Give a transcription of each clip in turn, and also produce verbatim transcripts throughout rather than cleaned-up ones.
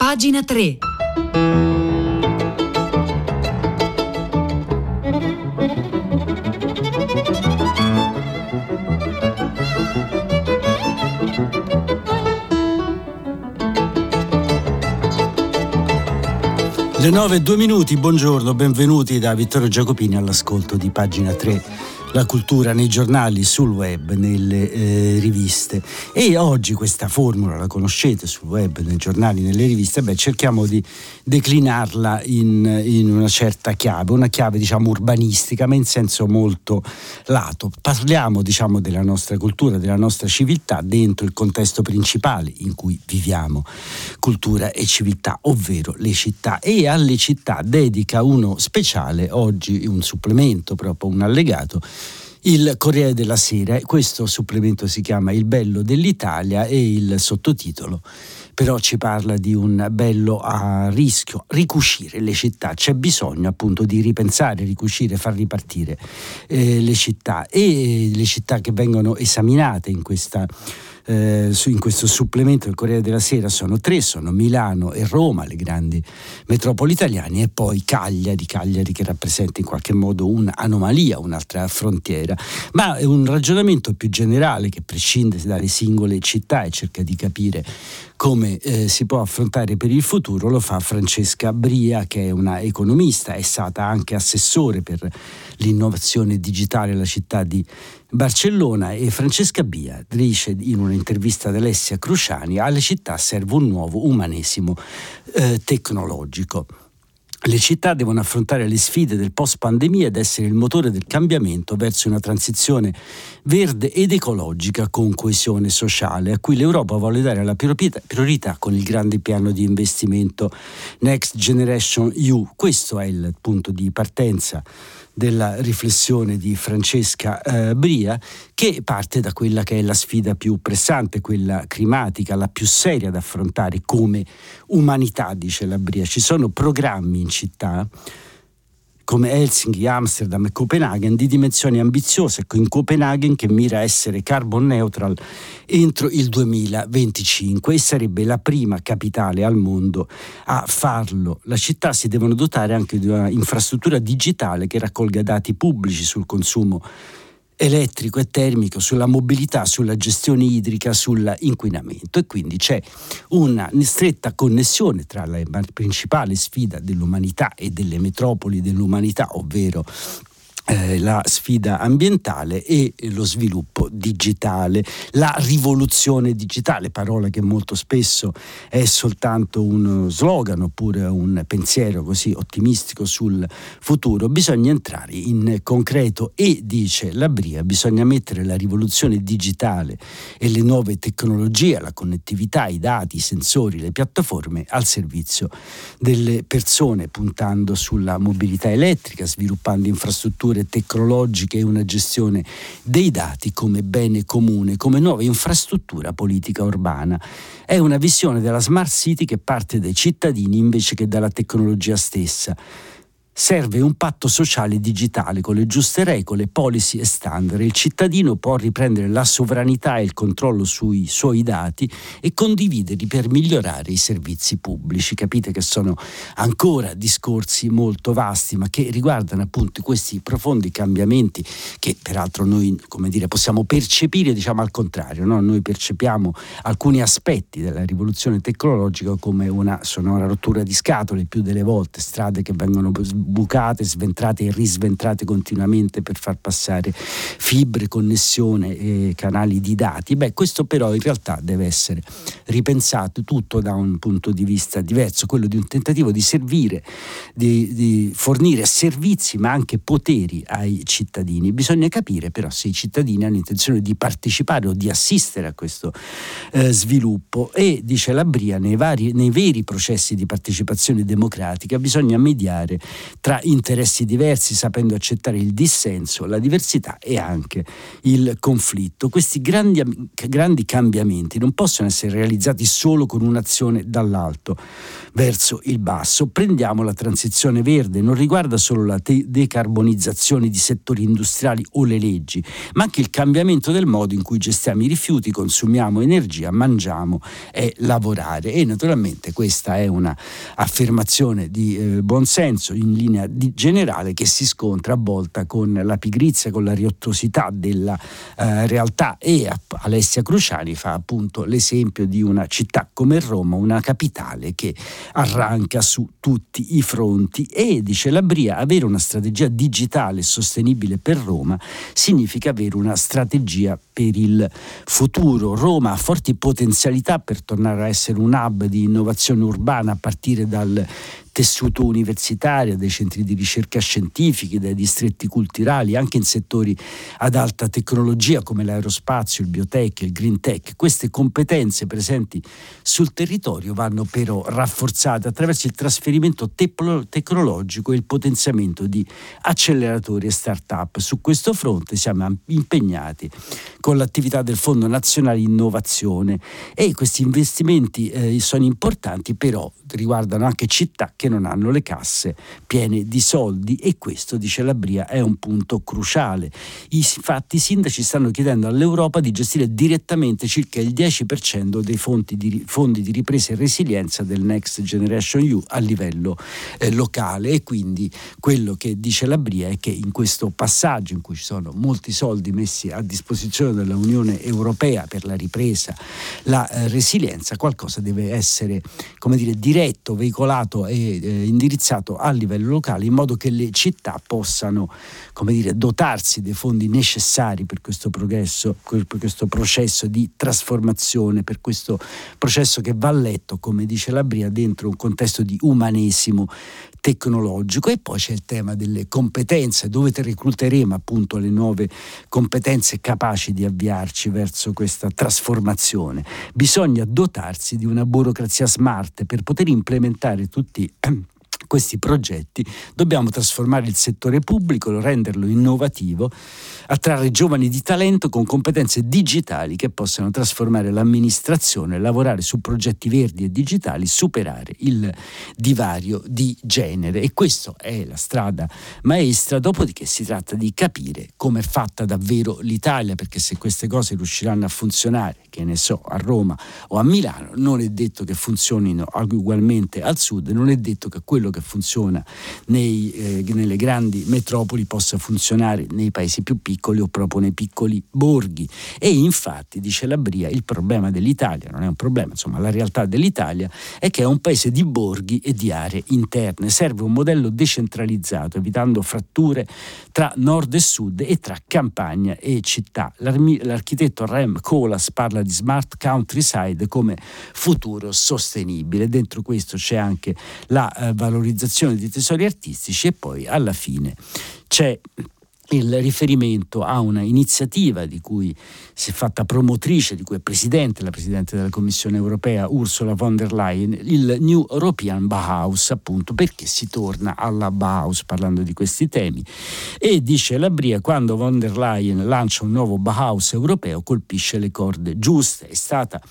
Pagina tre. Le nove e due minuti, buongiorno, benvenuti da Vittorio Giacopini all'ascolto di Pagina tre. La cultura nei giornali, sul web, nelle eh, riviste. E oggi questa formula la conoscete sul web, nei giornali, nelle riviste. Beh, cerchiamo di declinarla in, in una certa chiave, una chiave diciamo urbanistica, ma in senso molto lato. Parliamo diciamo della nostra cultura, della nostra civiltà dentro il contesto principale in cui viviamo, cultura e civiltà, ovvero le città. E alle città dedica uno speciale oggi, un supplemento, proprio un allegato, il Corriere della Sera. Questo supplemento si chiama Il bello dell'Italia e il sottotitolo però ci parla di un bello a rischio, ricucire le città. C'è bisogno appunto di ripensare, ricucire, far ripartire eh, le città, e le città che vengono esaminate in questa Eh, in questo supplemento del Corriere della Sera sono tre, sono Milano e Roma, le grandi metropoli italiane, e poi Cagliari, Cagliari che rappresenta in qualche modo un'anomalia, un'altra frontiera, ma è un ragionamento più generale che prescinde dalle singole città e cerca di capire come eh, si può affrontare per il futuro. Lo fa Francesca Bria, che è una economista, è stata anche assessore per l'innovazione digitale alla città di Barcellona, e Francesca Bria dice in un'intervista ad Alessia Cruciani: alle città serve un nuovo umanesimo eh, tecnologico. Le città devono affrontare le sfide del post-pandemia ed essere il motore del cambiamento verso una transizione verde ed ecologica con coesione sociale, a cui l'Europa vuole dare la priorità con il grande piano di investimento Next Generation E U. Questo è il punto di partenza della riflessione di Francesca eh, Bria, che parte da quella che è la sfida più pressante, quella climatica, la più seria da affrontare come umanità, dice la Bria. Ci sono programmi in città come Helsinki, Amsterdam e Copenaghen di dimensioni ambiziose, in Copenaghen che mira a essere carbon neutral entro il duemilaventicinque, e sarebbe la prima capitale al mondo a farlo. La città si devono dotare anche di una infrastruttura digitale che raccolga dati pubblici sul consumo elettrico e termico, sulla mobilità, sulla gestione idrica, sull'inquinamento, e quindi c'è una stretta connessione tra la principale sfida dell'umanità e delle metropoli dell'umanità, ovvero Eh, la sfida ambientale e lo sviluppo digitale, la rivoluzione digitale, parola che molto spesso è soltanto uno slogan oppure un pensiero così ottimistico sul futuro. Bisogna entrare in concreto e, dice la Bria, bisogna mettere la rivoluzione digitale e le nuove tecnologie, la connettività, i dati, i sensori, le piattaforme al servizio delle persone, puntando sulla mobilità elettrica, sviluppando infrastrutture tecnologiche e una gestione dei dati come bene comune, come nuova infrastruttura politica urbana. È una visione della Smart City che parte dai cittadini invece che dalla tecnologia stessa. Serve un patto sociale digitale con le giuste regole, policy e standard. Il cittadino può riprendere la sovranità e il controllo sui suoi dati e condividerli per migliorare i servizi pubblici. Capite che sono ancora discorsi molto vasti, ma che riguardano appunto questi profondi cambiamenti che peraltro noi, come dire, possiamo percepire, diciamo al contrario, no? Noi percepiamo alcuni aspetti della rivoluzione tecnologica come una sonora rottura di scatole, più delle volte strade che vengono bucate, sventrate e risventrate continuamente per far passare fibre, connessione e canali di dati. Beh, questo però in realtà deve essere ripensato tutto da un punto di vista diverso, quello di un tentativo di servire, di, di fornire servizi ma anche poteri ai cittadini. Bisogna capire però se i cittadini hanno intenzione di partecipare o di assistere a questo eh, sviluppo, e, dice la Bria, nei, vari, nei veri processi di partecipazione democratica bisogna mediare tra interessi diversi, sapendo accettare il dissenso, la diversità e anche il conflitto. Questi grandi, grandi cambiamenti non possono essere realizzati solo con un'azione dall'alto verso il basso. Prendiamo la transizione verde, non riguarda solo la te- decarbonizzazione di settori industriali o le leggi, ma anche il cambiamento del modo in cui gestiamo i rifiuti, consumiamo energia, mangiamo e lavorare. E naturalmente questa è una affermazione di eh, buonsenso in linea di generale, che si scontra a volte con la pigrizia, con la riottosità della eh, realtà. E a- Alessia Cruciani fa appunto l'esempio di una città come Roma, una capitale che arranca su tutti i fronti. E dice Labria, avere una strategia digitale sostenibile per Roma significa avere una strategia per il futuro. Roma ha forti potenzialità per tornare a essere un hub di innovazione urbana, a partire dal tessuto universitario, dai centri di ricerca scientifici, dai distretti culturali, anche in settori ad alta tecnologia come l'aerospazio, il biotech, il green tech. Queste competenze presenti sul territorio vanno però rafforzate attraverso il trasferimento te- tecnologico e il potenziamento di acceleratori e start-up. Su questo fronte siamo impegnati con l'attività del Fondo Nazionale Innovazione, e questi investimenti eh, sono importanti, però riguardano anche città che non hanno le casse piene di soldi, e questo, dice Labria, è un punto cruciale. Infatti i sindaci stanno chiedendo all'Europa di gestire direttamente circa il dieci per cento dei fondi di, fondi di ripresa e resilienza del Next Generation E U a livello eh, locale. E quindi quello che dice Labria è che in questo passaggio, in cui ci sono molti soldi messi a disposizione della Unione Europea per la ripresa, la eh, resilienza, qualcosa deve essere, come dire, diretto, veicolato e eh, indirizzato a livello locale, in modo che le città possano, come dire, dotarsi dei fondi necessari per questo progresso, per questo processo di trasformazione, per questo processo che va letto, come dice Labria, dentro un contesto di umanesimo tecnologico. E poi c'è il tema delle competenze, dove recluteremo appunto le nuove competenze capaci di avviarci verso questa trasformazione. Bisogna dotarsi di una burocrazia smart per poter implementare tutti questi progetti. Dobbiamo trasformare il settore pubblico, renderlo innovativo, attrarre giovani di talento con competenze digitali che possano trasformare l'amministrazione, lavorare su progetti verdi e digitali, superare il divario di genere. E questa è la strada maestra. Dopodiché si tratta di capire come è fatta davvero l'Italia, perché se queste cose riusciranno a funzionare, che ne so, a Roma o a Milano, non è detto che funzionino ugualmente al sud, non è detto che quello che funziona nei, eh, nelle grandi metropoli possa funzionare nei paesi più piccoli o proprio nei piccoli borghi. E infatti, dice Labria, il problema dell'Italia non è un problema, insomma la realtà dell'Italia è che è un paese di borghi e di aree interne. Serve un modello decentralizzato, evitando fratture tra nord e sud e tra campagna e città. L'armi- l'architetto Rem Koolhaas parla di smart countryside come futuro sostenibile. Dentro questo c'è anche la eh, valorizzazione dei tesori artistici, e poi alla fine c'è il riferimento a una iniziativa di cui si è fatta promotrice, di cui è presidente la Presidente della Commissione Europea Ursula von der Leyen, il New European Bauhaus, appunto perché si torna alla Bauhaus parlando di questi temi. E dice Labria, quando von der Leyen lancia un nuovo Bauhaus europeo colpisce le corde giuste. È stata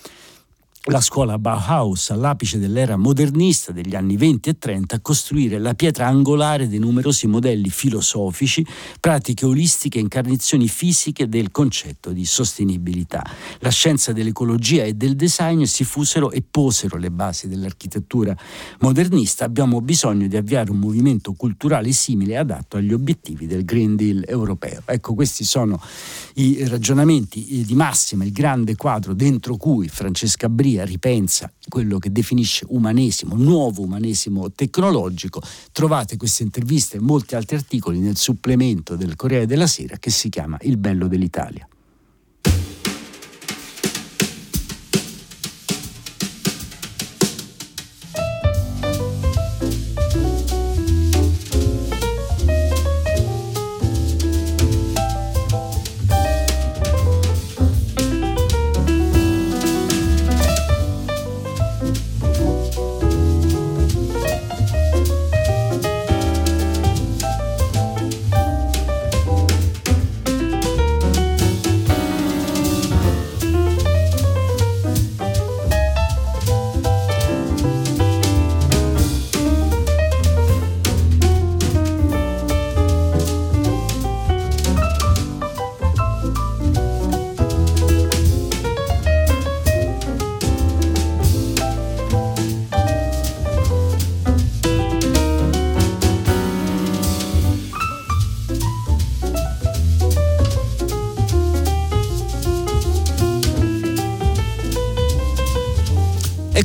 la scuola Bauhaus, all'apice dell'era modernista degli anni venti e trenta, a costruire la pietra angolare dei numerosi modelli filosofici, pratiche olistiche e incarnazioni fisiche del concetto di sostenibilità. La scienza dell'ecologia e del design si fusero e posero le basi dell'architettura modernista. Abbiamo bisogno di avviare un movimento culturale simile, adatto agli obiettivi del Green Deal europeo. Ecco, questi sono i ragionamenti di massima, il grande quadro dentro cui Francesca Bria ripensa quello che definisce umanesimo, nuovo umanesimo tecnologico. Trovate queste interviste e molti altri articoli nel supplemento del Corriere della Sera che si chiama Il bello dell'Italia.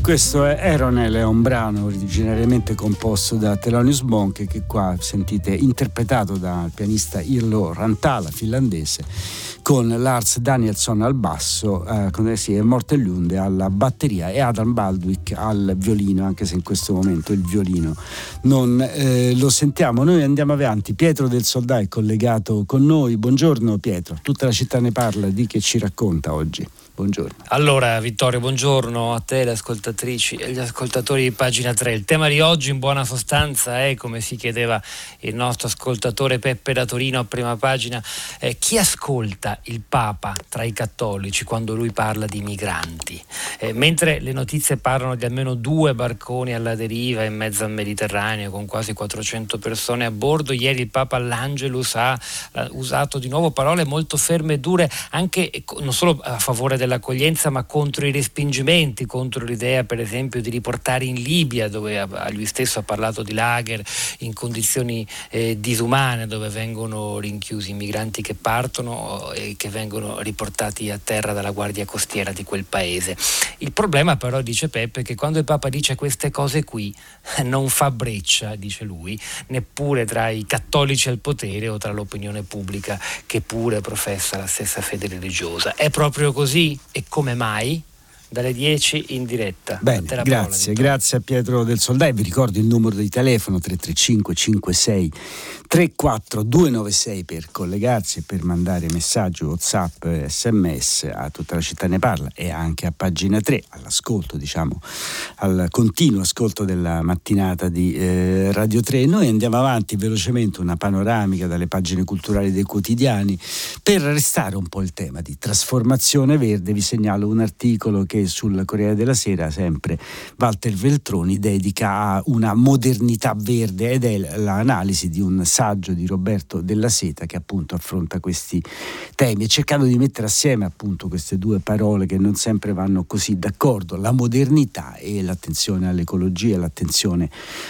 questo è Aeronel, è un brano originariamente composto da Thelonious Monk, che qua sentite interpretato dal pianista Irlo Rantala, finlandese, con Lars Danielsson al basso, eh, con sì, Morten Lunde alla batteria e Adam Baldwick al violino, anche se in questo momento il violino non eh, lo sentiamo. Noi andiamo avanti. Pietro del Soldà è collegato con noi. Buongiorno Pietro, tutta la città ne parla, di che ci racconta oggi? Buongiorno. Allora Vittorio, buongiorno a te, le ascoltatrici e gli ascoltatori di Pagina tre. Il tema di oggi in buona sostanza è, come si chiedeva il nostro ascoltatore Peppe da Torino a Prima Pagina, eh, chi ascolta il Papa tra i cattolici quando lui parla di migranti? Eh, mentre le notizie parlano di almeno due barconi alla deriva in mezzo al Mediterraneo con quasi quattrocento persone a bordo, ieri il Papa all'Angelus ha uh, usato di nuovo parole molto ferme e dure, anche non solo a favore dell'accoglienza ma contro i respingimenti, contro l'idea per esempio di riportare in Libia, dove lui stesso ha parlato di lager in condizioni eh, disumane, dove vengono rinchiusi i migranti che partono e che vengono riportati a terra dalla guardia costiera di quel paese. Il problema però, dice Peppe, è che quando il Papa dice queste cose qui non fa breccia, dice lui, neppure tra i cattolici al potere o tra l'opinione pubblica che pure professa la stessa fede religiosa. È proprio così? E come mai? Dalle dieci in diretta. Bene, grazie, parola, grazie a Pietro del Soldà. E vi ricordo il numero di telefono tre tre cinque cinque sei tre quattro due nove sei per collegarsi e per mandare messaggi, WhatsApp, sms a Tutta la città ne parla e anche a Pagina tre, all'ascolto, diciamo, al continuo ascolto della mattinata di eh, Radio tre. Noi andiamo avanti velocemente, una panoramica dalle pagine culturali dei quotidiani per restare un po' il tema di trasformazione verde. Vi segnalo un articolo che sul Corriere della Sera, sempre Walter Veltroni dedica a una modernità verde, ed è l'analisi di un saggio di Roberto Della Seta che appunto affronta questi temi e cercando di mettere assieme appunto queste due parole che non sempre vanno così d'accordo, la modernità e l'attenzione all'ecologia, l'attenzione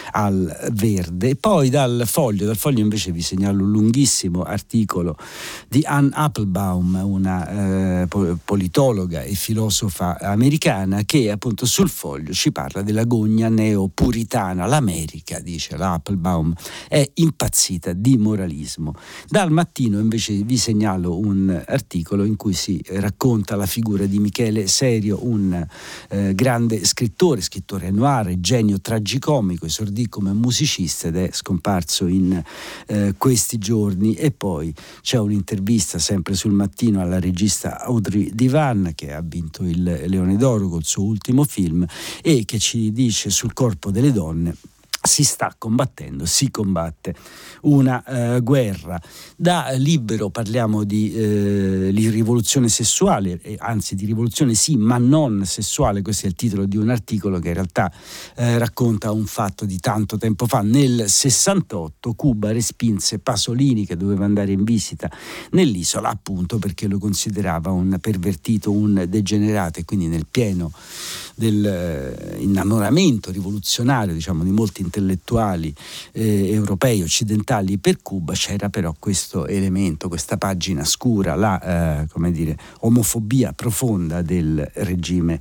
al verde. E poi dal Foglio, dal Foglio invece vi segnalo un lunghissimo articolo di Anne Applebaum, una eh, politologa e filosofa americana, che appunto sul Foglio ci parla della gogna neopuritana. L'America, dice la Applebaum, è impazzita di moralismo. Dal Mattino invece vi segnalo un articolo in cui si racconta la figura di Michele Serio, un eh, grande scrittore, scrittore noir, genio tragicomico, esordì come musicista ed è scomparso in eh, questi giorni. E poi c'è un'intervista sempre sul Mattino alla regista Audrey Divan, che ha vinto il Leone d'Oro col suo ultimo film e che ci dice: sul corpo delle donne si sta combattendo, si combatte una eh, guerra. Da Libero parliamo di, eh, di rivoluzione sessuale, eh, anzi di rivoluzione sì, ma non sessuale. Questo è il titolo di un articolo che in realtà eh, racconta un fatto di tanto tempo fa. Nel sessantotto Cuba respinse Pasolini, che doveva andare in visita nell'isola appunto perché lo considerava un pervertito, un degenerato, e quindi nel pieno del eh, innamoramento rivoluzionario, diciamo, di molti intellettuali eh, europei occidentali per Cuba, c'era però questo elemento, questa pagina scura, la eh, come dire, omofobia profonda del regime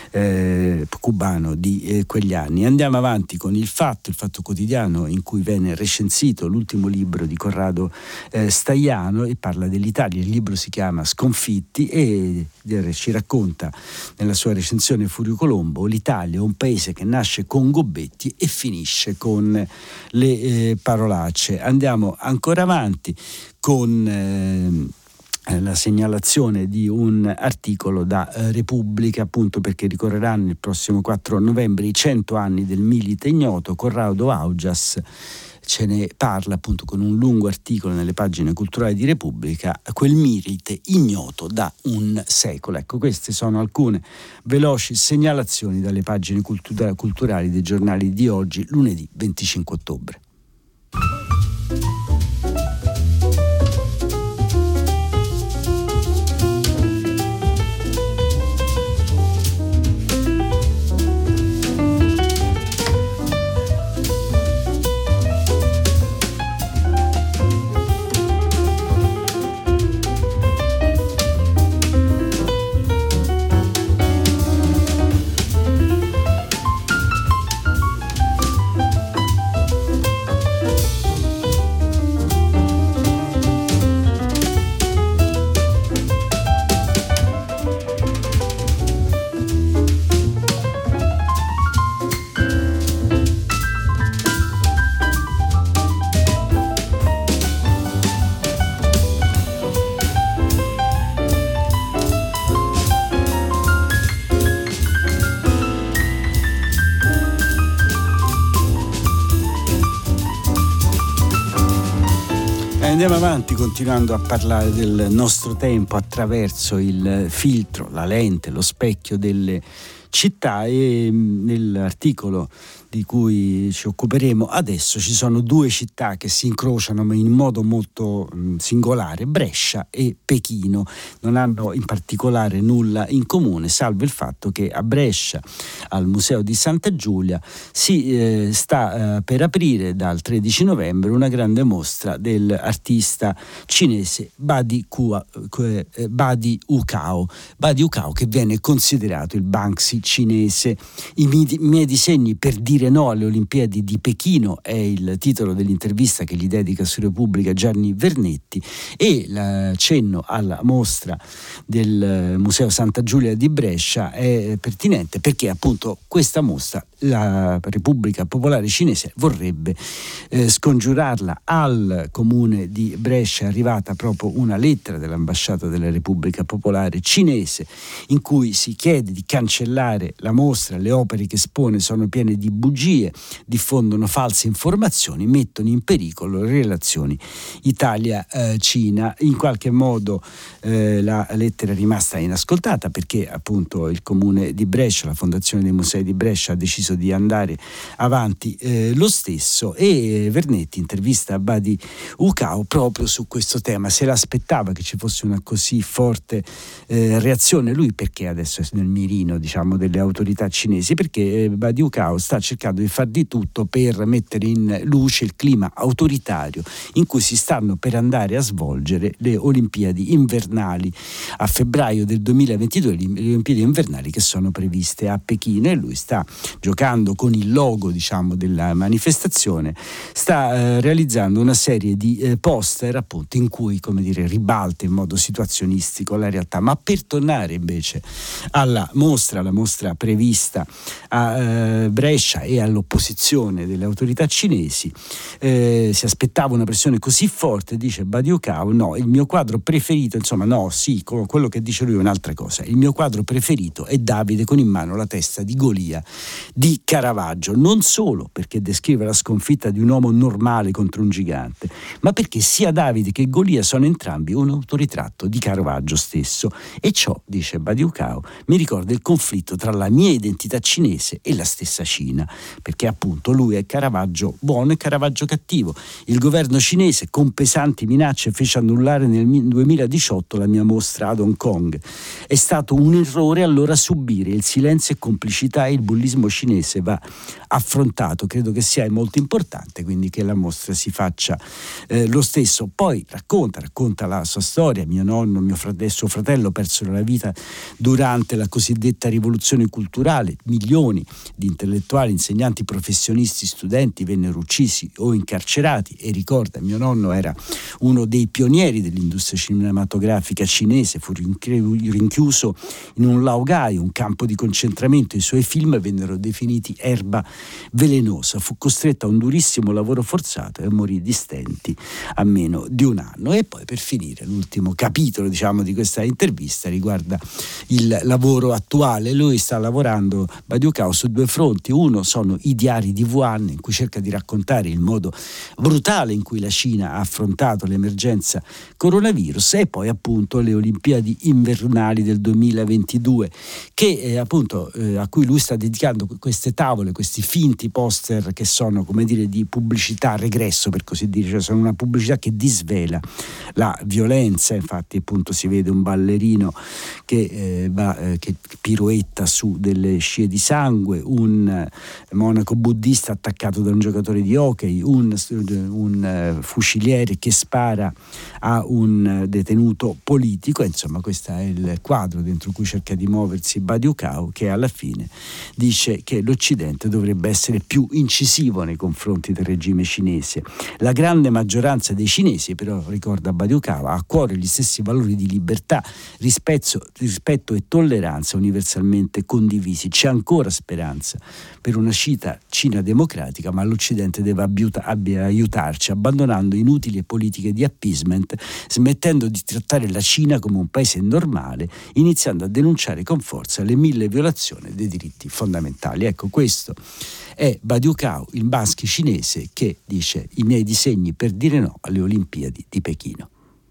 eh, cubano di eh, quegli anni. Andiamo avanti con il Fatto, il Fatto Quotidiano, in cui viene recensito l'ultimo libro di Corrado eh, Staiano e parla dell'Italia. Il libro si chiama Sconfitti e eh, ci racconta nella sua recensione Furio Colombo: l'Italia è un paese che nasce con gobbetti e finisce con le eh, parolacce. Andiamo ancora avanti con eh, la segnalazione di un articolo da eh, Repubblica, appunto perché ricorreranno il prossimo quattro novembre i cento anni del Milite Ignoto. Corrado Augias ce ne parla appunto con un lungo articolo nelle pagine culturali di Repubblica, quel Milite ignoto da un secolo. Ecco, queste sono alcune veloci segnalazioni dalle pagine cultura- culturali dei giornali di oggi, lunedì venticinque ottobre. andiamo avanti continuando a parlare del nostro tempo attraverso il filtro, la lente, lo specchio delle città, e nell'articolo di cui ci occuperemo adesso ci sono due città che si incrociano in modo molto mh, singolare, Brescia e Pechino. Non hanno in particolare nulla in comune, salvo il fatto che a Brescia, al Museo di Santa Giulia, si eh, sta eh, per aprire dal tredici novembre una grande mostra dell'artista cinese Badi, Kua, eh, Badi Ukao. Badi Ukao, che viene considerato il Banksy cinese. I miei, miei disegni per dire no alle Olimpiadi di Pechino è il titolo dell'intervista che gli dedica su Repubblica Gianni Vernetti, e l'accenno alla mostra del Museo Santa Giulia di Brescia è pertinente perché appunto questa mostra la Repubblica Popolare Cinese vorrebbe eh, scongiurarla. Al comune di Brescia è arrivata proprio una lettera dell'ambasciata della Repubblica Popolare Cinese in cui si chiede di cancellare la mostra. Le opere che espone sono piene di bugie, diffondono false informazioni, mettono in pericolo le relazioni Italia-Cina. In qualche modo eh, la lettera è rimasta inascoltata perché appunto il comune di Brescia, la Fondazione dei Musei di Brescia, ha deciso di andare avanti eh, lo stesso, e Vernetti intervista Badi Ukao proprio su questo tema. Se l'aspettava che ci fosse una così forte eh, reazione lui, perché adesso è nel mirino diciamo delle autorità cinesi, perché eh, Badi Ukao sta cercando di far di tutto per mettere in luce il clima autoritario in cui si stanno per andare a svolgere le Olimpiadi invernali a febbraio del duemilaventidue, le Olimpiadi invernali che sono previste a Pechino, e lui sta giocando con il logo diciamo della manifestazione, sta eh, realizzando una serie di eh, poster appunto in cui, come dire, ribalta in modo situazionistico la realtà. Ma per tornare invece alla mostra, la mostra prevista a eh, Brescia e all'opposizione delle autorità cinesi, eh, si aspettava una pressione così forte, dice Badi Ukao. No, il mio quadro preferito, insomma no, sì, quello che dice lui è un'altra cosa. Il mio quadro preferito è Davide con in mano la testa di Golia di Caravaggio, non solo perché descrive la sconfitta di un uomo normale contro un gigante, ma perché sia Davide che Golia sono entrambi un autoritratto di Caravaggio stesso, e ciò, dice Badi Ukao, mi ricorda il conflitto tra la mia identità cinese e la stessa Cina, perché appunto lui è Caravaggio buono e Caravaggio cattivo. Il governo cinese con pesanti minacce fece annullare nel duemiladiciotto la mia mostra ad Hong Kong. È stato un errore allora subire il silenzio e complicità, e il bullismo cinese va affrontato. Credo che sia molto importante quindi che la mostra si faccia eh, lo stesso. Poi racconta, racconta la sua storia. Mio nonno, mio fratello, suo fratello persero la vita durante la cosiddetta rivoluzione culturale. Milioni di intellettuali, insegnanti, professionisti, studenti vennero uccisi o incarcerati, e ricorda, mio nonno era uno dei pionieri dell'industria cinematografica cinese, fu rinchiuso in un laogai, un campo di concentramento. I suoi film vennero definiti erba velenosa, fu costretto a un durissimo lavoro forzato e morì di stenti a meno di un anno. E poi, per finire, l'ultimo capitolo diciamo di questa intervista riguarda il lavoro attuale. Lui sta lavorando, Badi Ukao, su due fronti. Uno sono i diari di Wuhan, in cui cerca di raccontare il modo brutale in cui la Cina ha affrontato l'emergenza coronavirus, e poi appunto le Olimpiadi invernali del duemilaventidue, che eh, appunto eh, a cui lui sta dedicando queste tavole, questi finti poster che sono, come dire, di pubblicità a regresso, per così dire, cioè sono una pubblicità che disvela la violenza. Infatti appunto si vede un ballerino che, eh, va, eh, che piroetta su delle scie di sangue, un monaco buddista attaccato da un giocatore di hockey, un, un uh, fuciliere che spara a un detenuto politico. Insomma, questo è il quadro dentro cui cerca di muoversi Badi Ukao, che alla fine dice che l'Occidente dovrebbe essere più incisivo nei confronti del regime cinese. La grande maggioranza dei cinesi, però, ricorda Badi Ukao, ha a cuore gli stessi valori di libertà, rispetto, rispetto e tolleranza universalmente condivisi. C'è ancora speranza per una Cina cita Cina democratica, ma l'Occidente deve abbiuta, abbia, aiutarci abbandonando inutili politiche di appeasement, smettendo di trattare la Cina come un paese normale, iniziando a denunciare con forza le mille violazioni dei diritti fondamentali. Ecco, questo è Badiou Cao, il maschi cinese, che dice: i miei disegni per dire no alle Olimpiadi di Pechino.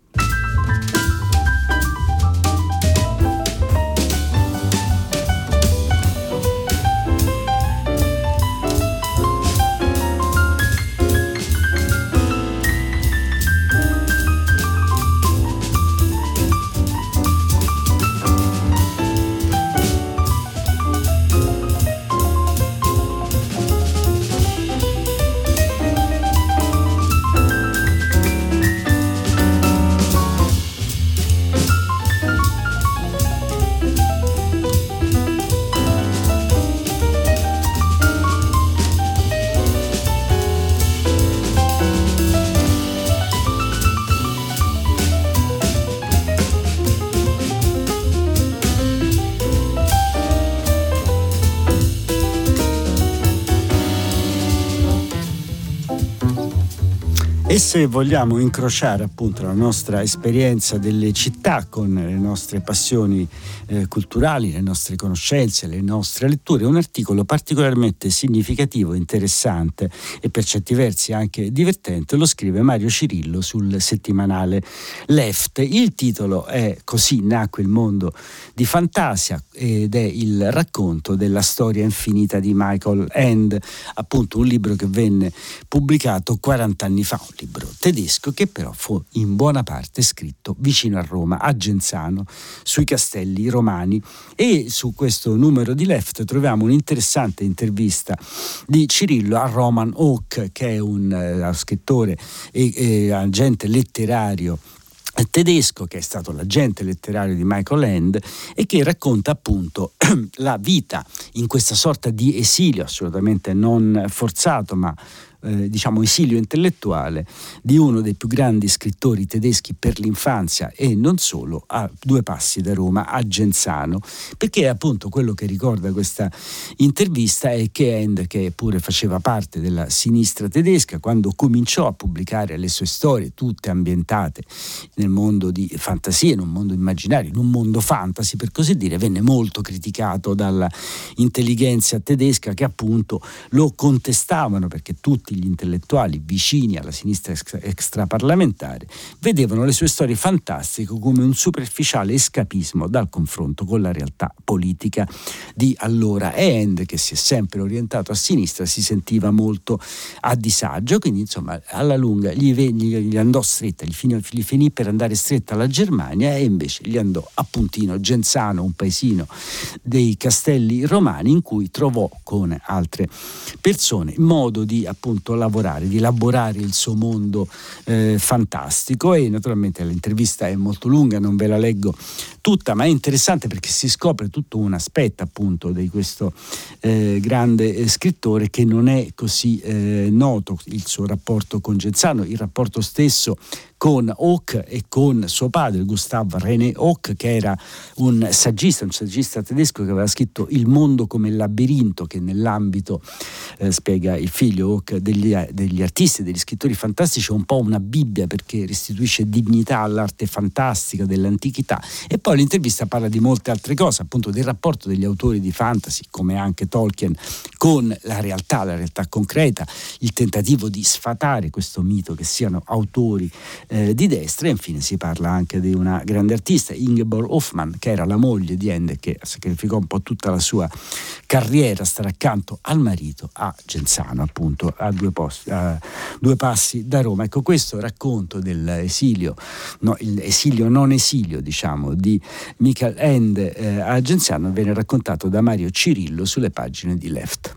E se vogliamo incrociare appunto la nostra esperienza delle città con le nostre passioni eh, culturali, le nostre conoscenze, le nostre letture, un articolo particolarmente significativo, interessante e per certi versi anche divertente lo scrive Mario Cirillo sul settimanale Left. Il titolo è Così nacque il mondo di Fantasia ed è il racconto della storia infinita di Michael Ende, appunto un libro che venne pubblicato quaranta anni fa, un libro tedesco che però fu in buona parte scritto vicino a Roma, a Genzano, sui castelli romani. E su questo numero di Left troviamo un'interessante intervista di Cirillo a Roman Hawk, che è un uh, scrittore e, e agente letterario tedesco, che è stato l'agente letterario di Michael Ende e che racconta appunto la vita in questa sorta di esilio assolutamente non forzato, ma Eh, diciamo esilio intellettuale di uno dei più grandi scrittori tedeschi per l'infanzia e non solo, a due passi da Roma, a Genzano, perché appunto quello che ricorda questa intervista è che Ende, che pure faceva parte della sinistra tedesca, quando cominciò a pubblicare le sue storie tutte ambientate nel mondo di fantasia, in un mondo immaginario, in un mondo fantasy per così dire, venne molto criticato dalla intelligenza tedesca, che appunto lo contestavano, perché tutti gli intellettuali vicini alla sinistra extraparlamentare vedevano le sue storie fantastiche come un superficiale escapismo dal confronto con la realtà politica di allora. E Ende, che si è sempre orientato a sinistra, si sentiva molto a disagio, quindi insomma alla lunga gli, gli, gli andò stretta, gli finì, gli finì per andare stretta la Germania e invece gli andò a puntino Genzano, un paesino dei castelli romani, in cui trovò con altre persone modo di appunto lavorare, di elaborare il suo mondo eh, fantastico. E naturalmente l'intervista è molto lunga, non ve la leggo tutta, ma è interessante perché si scopre tutto un aspetto appunto di questo eh, grande eh, scrittore, che non è così eh, noto, il suo rapporto con Genzano, il rapporto stesso con Hawk e con suo padre Gustav René Hawk, che era un saggista, un saggista tedesco che aveva scritto Il mondo come labirinto, che nell'ambito, eh, spiega il figlio Hawk, degli, degli artisti, degli scrittori fantastici, è un po' una Bibbia perché restituisce dignità all'arte fantastica dell'antichità. E poi l'intervista parla di molte altre cose, appunto del rapporto degli autori di fantasy, come anche Tolkien, con la realtà, la realtà concreta, il tentativo di sfatare questo mito che siano autori eh, di destra. E infine si parla anche di una grande artista, Ingeborg Hoffmann, che era la moglie di Ende, che sacrificò un po' tutta la sua carriera, stare accanto al marito a Genzano, appunto a due, posti, a due passi da Roma. Ecco, questo racconto dell'esilio, no, il esilio non esilio diciamo di Michael Ende eh, a Genzano viene raccontato da Mario Cirillo sulle pagine di Left.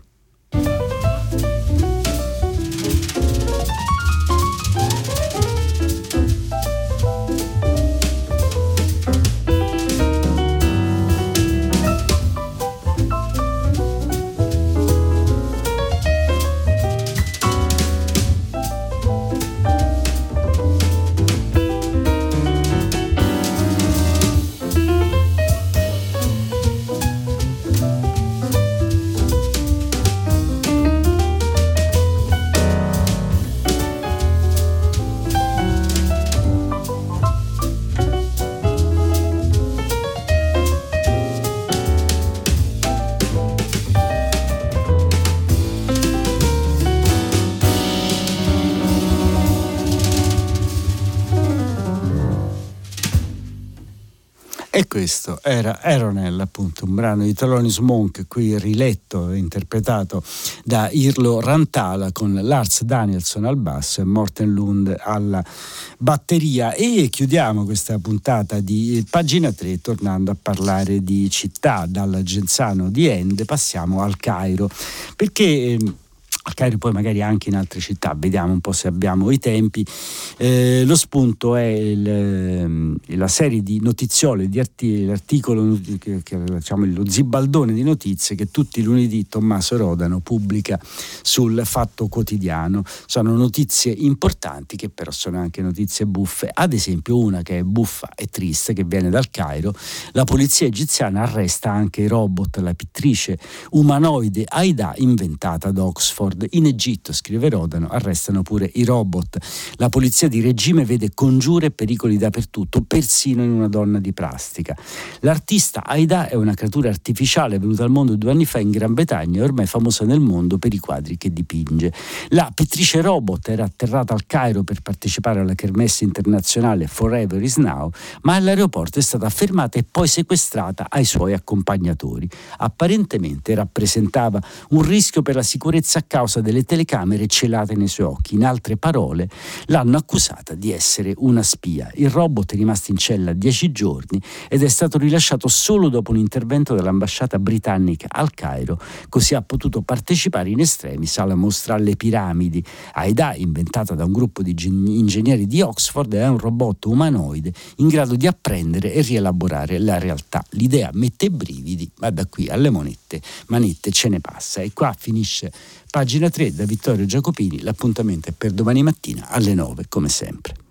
E questo era Aeronella, appunto, un brano di Thelonious Monk, qui riletto e interpretato da Irlo Rantala con Lars Danielsson al basso e Morten Lund alla batteria. E chiudiamo questa puntata di Pagina tre tornando a parlare di città. Dal Genzano di Ende passiamo al Cairo, perché al Cairo, poi magari anche in altre città, vediamo un po' se abbiamo i tempi. Eh, lo spunto è il, la serie di notiziole, di arti, l'articolo, che, che, diciamo, lo zibaldone di notizie che tutti i lunedì Tommaso Rodano pubblica sul Fatto Quotidiano. Sono notizie importanti che però sono anche notizie buffe. Ad esempio una che è buffa e triste, che viene dal Cairo: la polizia egiziana arresta anche il robot, la pittrice umanoide Aida inventata ad Oxford. In Egitto, scrive Rodano, arrestano pure i robot. La polizia di regime vede congiure e pericoli dappertutto, persino in una donna di plastica. L'artista Aida è una creatura artificiale venuta al mondo due anni fa in Gran Bretagna e ormai famosa nel mondo per i quadri che dipinge. La pittrice robot era atterrata al Cairo per partecipare alla kermesse internazionale Forever is Now, ma all'aeroporto è stata fermata e poi sequestrata ai suoi accompagnatori. Apparentemente rappresentava un rischio per la sicurezza a causa delle telecamere celate nei suoi occhi. In altre parole, l'hanno accusata di essere una spia. Il robot è rimasto in cella dieci giorni ed è stato rilasciato solo dopo un intervento dell'ambasciata britannica al Cairo, così ha potuto partecipare in extremis alla mostra alle piramidi. Aida, inventata da un gruppo di ingegneri di Oxford, è un robot umanoide in grado di apprendere e rielaborare la realtà. L'idea mette brividi, ma da qui alle monette, manette ce ne passa. E qua finisce Pagina tre da Vittorio Giacopini. L'appuntamento è per domani mattina alle nove, come sempre.